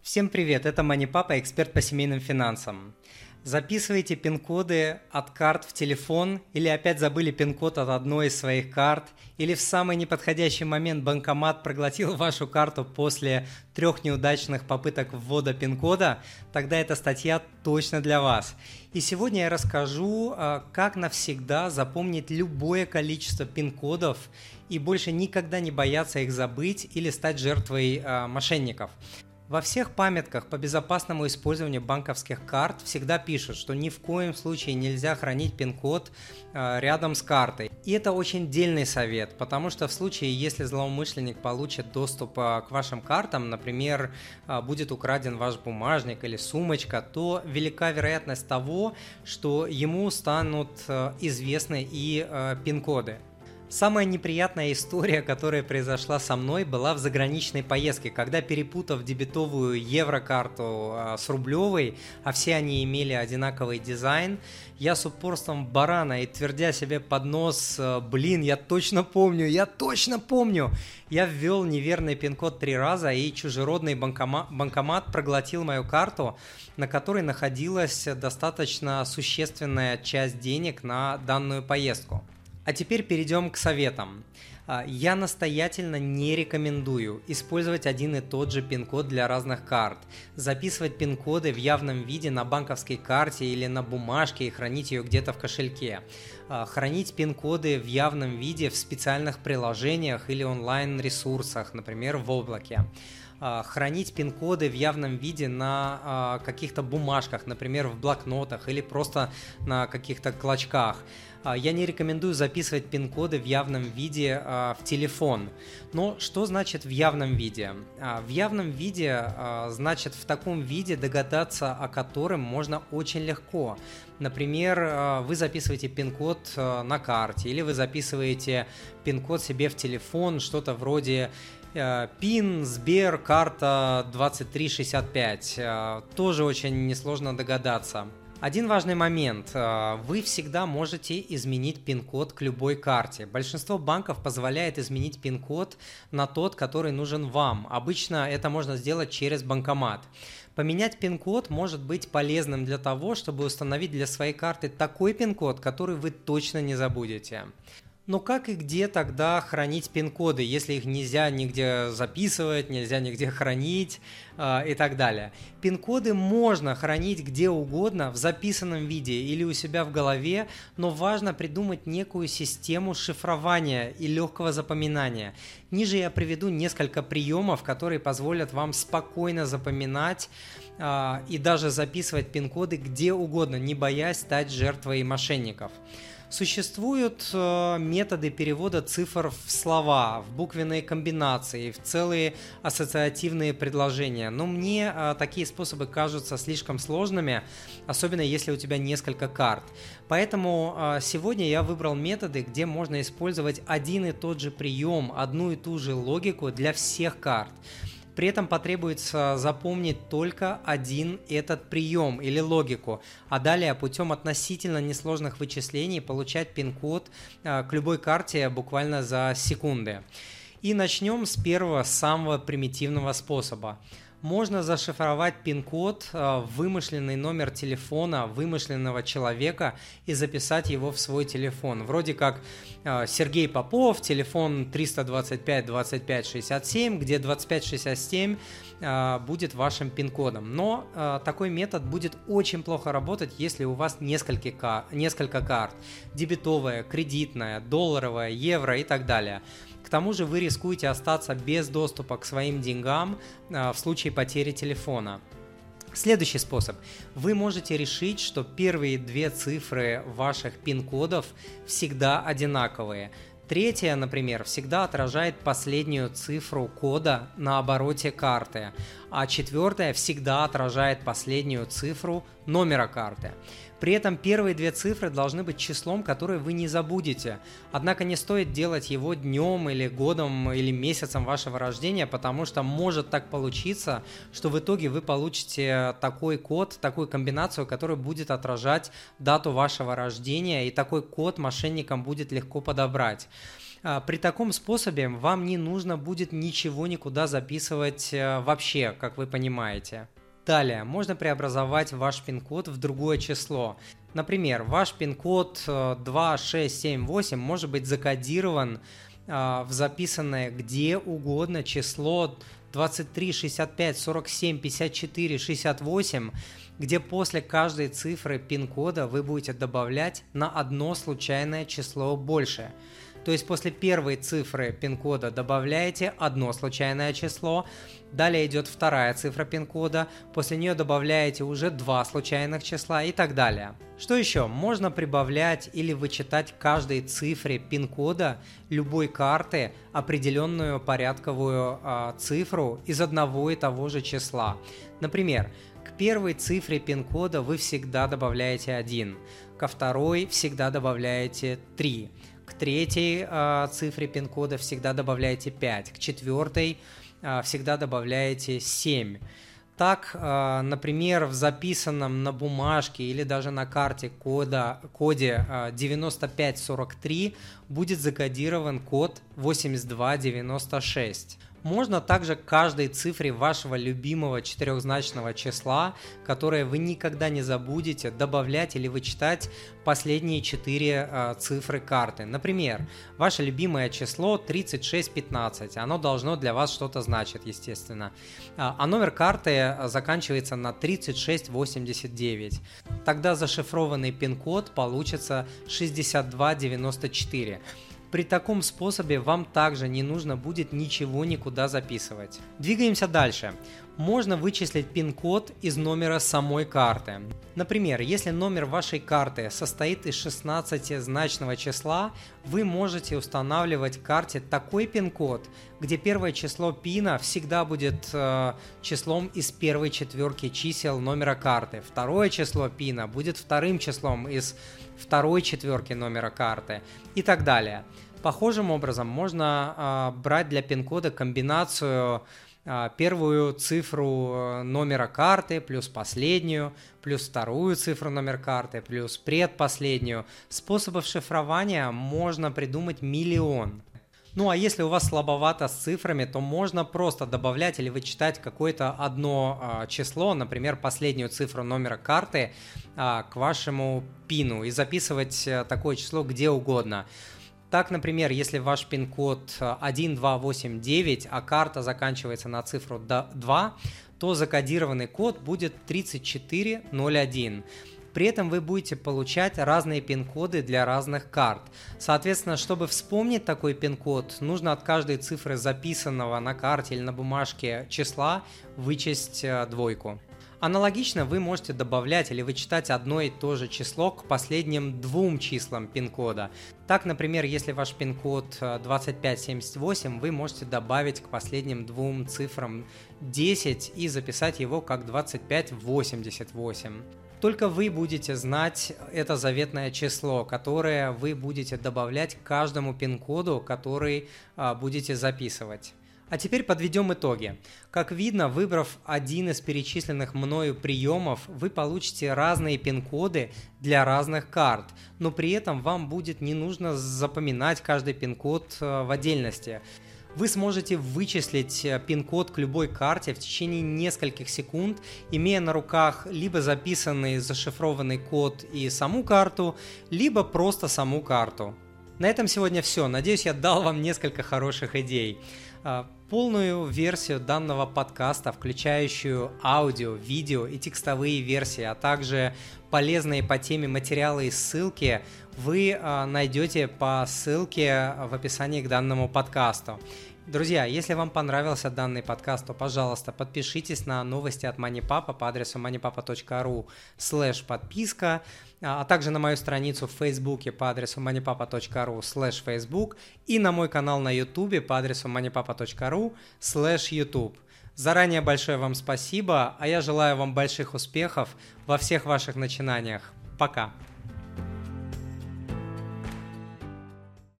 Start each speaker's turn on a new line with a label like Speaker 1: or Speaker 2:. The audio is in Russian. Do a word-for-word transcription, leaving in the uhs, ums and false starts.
Speaker 1: Всем привет, это Манипапа, эксперт по семейным финансам. Записывайте пин-коды от карт в телефон или опять забыли пин-код от одной из своих карт, или в самый неподходящий момент банкомат проглотил вашу карту после трех неудачных попыток ввода пин-кода, тогда эта статья точно для вас. И сегодня я расскажу, как навсегда запомнить любое количество пин-кодов и больше никогда не бояться их забыть или стать жертвой мошенников. Во всех памятках по безопасному использованию банковских карт всегда пишут, что ни в коем случае нельзя хранить пин-код э, рядом с картой. И это очень дельный совет, потому что в случае, если злоумышленник получит доступ э, к вашим картам, например, э, будет украден ваш бумажник или сумочка, то велика вероятность того, что ему станут э, известны и э, пин-коды. Самая неприятная история, которая произошла со мной, была в заграничной поездке, когда, перепутав дебетовую еврокарту с рублевой, а все они имели одинаковый дизайн, я с упорством барана и твердя себе под нос: блин, я точно помню, я точно помню, я ввел неверный пин-код три раза, и чужеродный банкомат, банкомат проглотил мою карту, на которой находилась достаточно существенная часть денег на данную поездку. А теперь перейдем к советам. Я настоятельно не рекомендую использовать один и тот же пин-код для разных карт, записывать пин-коды в явном виде на банковской карте или на бумажке и хранить ее где-то в кошельке, хранить пин-коды в явном виде в специальных приложениях или онлайн-ресурсах, например, в облаке. Хранить пин-коды в явном виде на каких-то бумажках, например, в блокнотах или просто на каких-то клочках. Я не рекомендую записывать пин-коды в явном виде в телефон. Но что значит в явном виде? В явном виде значит в таком виде, догадаться о котором можно очень легко. Например, вы записываете пин-код на карте или вы записываете пин-код себе в телефон, что-то вроде пин, Сбер, карта двадцать три шестьдесят пять. Тоже очень несложно догадаться. Один важный момент. Вы всегда можете изменить пин-код к любой карте. Большинство банков позволяет изменить пин-код на тот, который нужен вам. Обычно это можно сделать через банкомат. Поменять пин-код может быть полезным для того, чтобы установить для своей карты такой пин-код, который вы точно не забудете. Но как и где тогда хранить пин-коды, если их нельзя нигде записывать, нельзя нигде хранить э, и так далее? Пин-коды можно хранить где угодно в записанном виде или у себя в голове, но важно придумать некую систему шифрования и легкого запоминания. Ниже я приведу несколько приемов, которые позволят вам спокойно запоминать э, и даже записывать пин-коды где угодно, не боясь стать жертвой мошенников. Существуют э, методы перевода цифр в слова, в буквенные комбинации, в целые ассоциативные предложения, но мне э, такие способы кажутся слишком сложными, особенно если у тебя несколько карт. Поэтому э, сегодня я выбрал методы, где можно использовать один и тот же прием, одну и ту же логику для всех карт. При этом потребуется запомнить только один этот прием или логику, а далее путем относительно несложных вычислений получать пин-код к любой карте буквально за секунды. И начнем с первого, самого примитивного способа. Можно зашифровать пин-код в вымышленный номер телефона вымышленного человека и записать его в свой телефон. Вроде как Сергей Попов, телефон триста двадцать пять двадцать пять шестьдесят семь, где двадцать пять шестьдесят семь будет вашим пин-кодом. Но такой метод будет очень плохо работать, если у вас несколько, несколько карт. Дебетовая, кредитная, долларовая, евро и так далее. К тому же вы рискуете остаться без доступа к своим деньгам в случае потери телефона. Следующий способ. Вы можете решить, что первые две цифры ваших пин-кодов всегда одинаковые. Третья, например, всегда отражает последнюю цифру кода на обороте карты, а четвертая всегда отражает последнюю цифру номера карты. При этом первые две цифры должны быть числом, которое вы не забудете. Однако не стоит делать его днем или годом или месяцем вашего рождения, потому что может так получиться, что в итоге вы получите такой код, такую комбинацию, которая будет отражать дату вашего рождения, и такой код мошенникам будет легко подобрать. При таком способе вам не нужно будет ничего никуда записывать вообще, как вы понимаете. Далее, можно преобразовать ваш пин-код в другое число. Например, ваш пин-код два шесть семь восемь может быть закодирован в записанное где угодно число двадцать три шестьдесят пять сорок семь пятьдесят четыре шестьдесят восемь, где после каждой цифры пин-кода вы будете добавлять на одно случайное число больше. То есть после первой цифры пин-кода добавляете одно случайное число, далее идет вторая цифра пин-кода, после нее добавляете уже два случайных числа и так далее. Что еще? Можно прибавлять или вычитать каждой цифре пин-кода любой карты определенную порядковую э, цифру из одного и того же числа. Например, к первой цифре пин-кода вы всегда добавляете один, ко второй всегда добавляете три. К третьей э, цифре пин-кода всегда добавляете пять, к четвертой э, всегда добавляете семь. Так, э, например, в записанном на бумажке или даже на карте кода, коде э, девяносто пять сорок три будет закодирован код восемьдесят два девяносто шесть. Можно также к каждой цифре вашего любимого четырехзначного числа, которое вы никогда не забудете, добавлять или вычитать последние четыре э, цифры карты. Например, ваше любимое число тридцать шесть пятнадцать. Оно должно для вас что-то значить, естественно. А номер карты заканчивается на тридцать шесть восемьдесят девять. Тогда зашифрованный пин-код получится шестьдесят два девяносто четыре. При таком способе вам также не нужно будет ничего никуда записывать. Двигаемся дальше. Можно вычислить пин-код из номера самой карты. Например, если номер вашей карты состоит из шестнадцатизначного числа, вы можете устанавливать к карте такой пин-код, где первое число пина всегда будет э, числом из первой четверки чисел номера карты. Второе число пина будет вторым числом из второй четверки номера карты и так далее. Похожим образом можно э, брать для пин-кода комбинацию э, первую цифру номера карты плюс последнюю, плюс вторую цифру номер карты, плюс предпоследнюю. Способов шифрования можно придумать миллион. Ну а если у вас слабовато с цифрами, то можно просто добавлять или вычитать какое-то одно а, число, например, последнюю цифру номера карты а, к вашему пину и записывать а, такое число где угодно. Так, например, если ваш пин-код один два восемь девять, а карта заканчивается на цифру два, то закодированный код будет тридцать четыре ноль один. При этом вы будете получать разные пин-коды для разных карт. Соответственно, чтобы вспомнить такой пин-код, нужно от каждой цифры записанного на карте или на бумажке числа вычесть двойку. Аналогично вы можете добавлять или вычитать одно и то же число к последним двум числам пин-кода. Так, например, если ваш пин-код двадцать пять семьдесят восемь, вы можете добавить к последним двум цифрам десять и записать его как двадцать пять восемьдесят восемь. Только вы будете знать это заветное число, которое вы будете добавлять к каждому пин-коду, который а, будете записывать. А теперь подведем итоги. Как видно, выбрав один из перечисленных мною приемов, вы получите разные пин-коды для разных карт, но при этом вам будет не нужно запоминать каждый пин-код в отдельности. Вы сможете вычислить пин-код к любой карте в течение нескольких секунд, имея на руках либо записанный зашифрованный код и саму карту, либо просто саму карту. На этом сегодня все. Надеюсь, я дал вам несколько хороших идей. Полную версию данного подкаста, включающую аудио, видео и текстовые версии, а также полезные по теме материалы и ссылки, вы найдете по ссылке в описании к данному подкасту. Друзья, если вам понравился данный подкаст, то, пожалуйста, подпишитесь на новости от MoneyPapa по адресу moneypapa точка ру слэш подписка, а также на мою страницу в Фейсбуке по адресу moneypapa точка ру слэш Facebook и на мой канал на Ютубе по адресу moneypapa точка ру слэш YouTube. Заранее большое вам спасибо, а я желаю вам больших успехов во всех ваших начинаниях. Пока!